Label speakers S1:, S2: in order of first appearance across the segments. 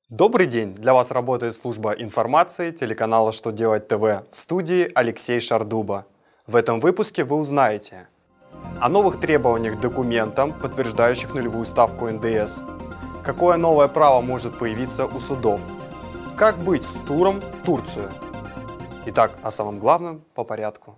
S1: Добрый день! Для вас работает служба информации телеканала «Что делать ТВ», в студии Алексей Шардуба. В этом выпуске вы узнаете о новых требованиях к документам, подтверждающих нулевую ставку НДС, какое новое право может появиться у судов, как быть с туром в Турцию. Итак, о самом главном по порядку.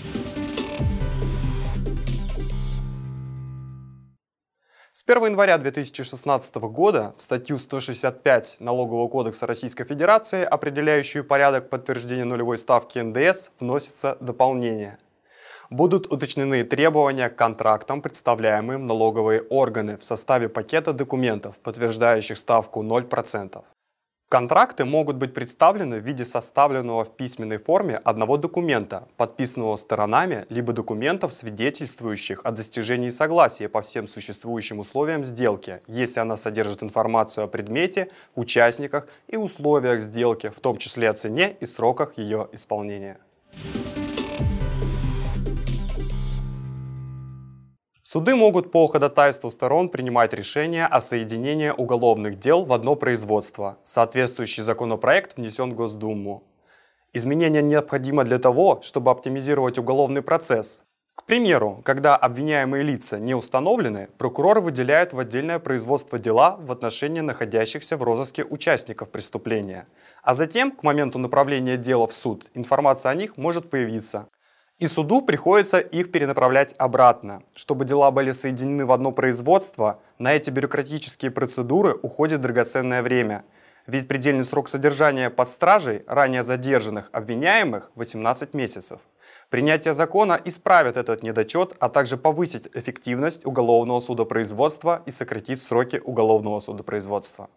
S1: С 1 января 2016 года в статью 165 Налогового кодекса Российской Федерации, определяющую порядок подтверждения нулевой ставки НДС, вносится дополнение. Будут уточнены требования к контрактам, представляемым в налоговые органы в составе пакета документов, подтверждающих ставку 0%. Контракты могут быть представлены в виде составленного в письменной форме одного документа, подписанного сторонами, либо документов, свидетельствующих о достижении согласия по всем существующим условиям сделки, если она содержит информацию о предмете, участниках и условиях сделки, в том числе о цене и сроках ее исполнения. Суды могут по ходатайству сторон принимать решения о соединении уголовных дел в одно производство. Соответствующий законопроект внесен в Госдуму. Изменение необходимо для того, чтобы оптимизировать уголовный процесс. К примеру, когда обвиняемые лица не установлены, прокурор выделяет в отдельное производство дела в отношении находящихся в розыске участников преступления. А затем, к моменту направления дела в суд, информация о них может появиться. И суду приходится их перенаправлять обратно. Чтобы дела были соединены в одно производство, на эти бюрократические процедуры уходит драгоценное время. Ведь предельный срок содержания под стражей ранее задержанных обвиняемых 18 месяцев. Принятие закона исправит этот недочет, а также повысит эффективность уголовного судопроизводства и сократит сроки уголовного судопроизводства.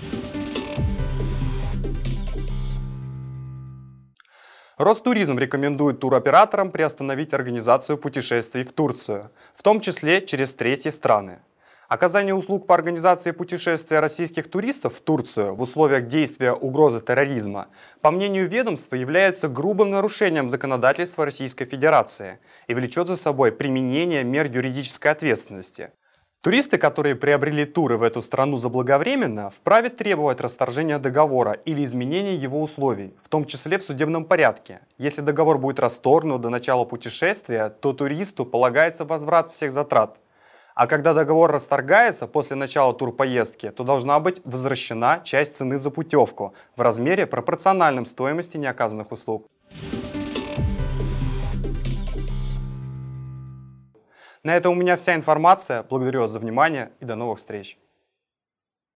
S1: Ростуризм рекомендует туроператорам приостановить организацию путешествий в Турцию, в том числе через третьи страны. Оказание услуг по организации путешествия российских туристов в Турцию в условиях действия угрозы терроризма, по мнению ведомства, является грубым нарушением законодательства Российской Федерации и влечет за собой применение мер юридической ответственности. Туристы, которые приобрели туры в эту страну заблаговременно, вправе требовать расторжения договора или изменения его условий, в том числе в судебном порядке. Если договор будет расторгнут до начала путешествия, то туристу полагается возврат всех затрат. А когда договор расторгается после начала турпоездки, то должна быть возвращена часть цены за путевку в размере, пропорциональном стоимости неоказанных услуг. На этом у меня вся информация. Благодарю вас за внимание и до новых встреч.